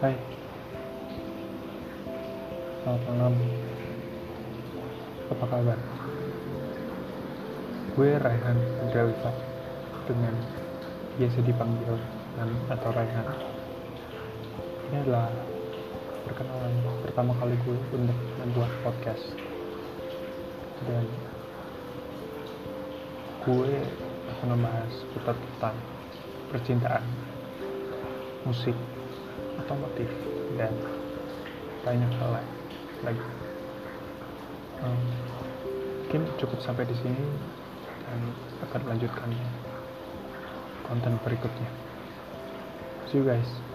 Hai, selamat malam. Apa kabar? Gue Raihan Andrewifat dengan biasa dipanggil atau Raihan. Ini adalah perkenalan pertama kali gue untuk membuat podcast. Dan gue akan membahas seputar tentang percintaan, musik, otomotif, dan banyak hal lain lagi. Mungkin cukup sampai di sini dan akan lanjutkan konten berikutnya. See you guys.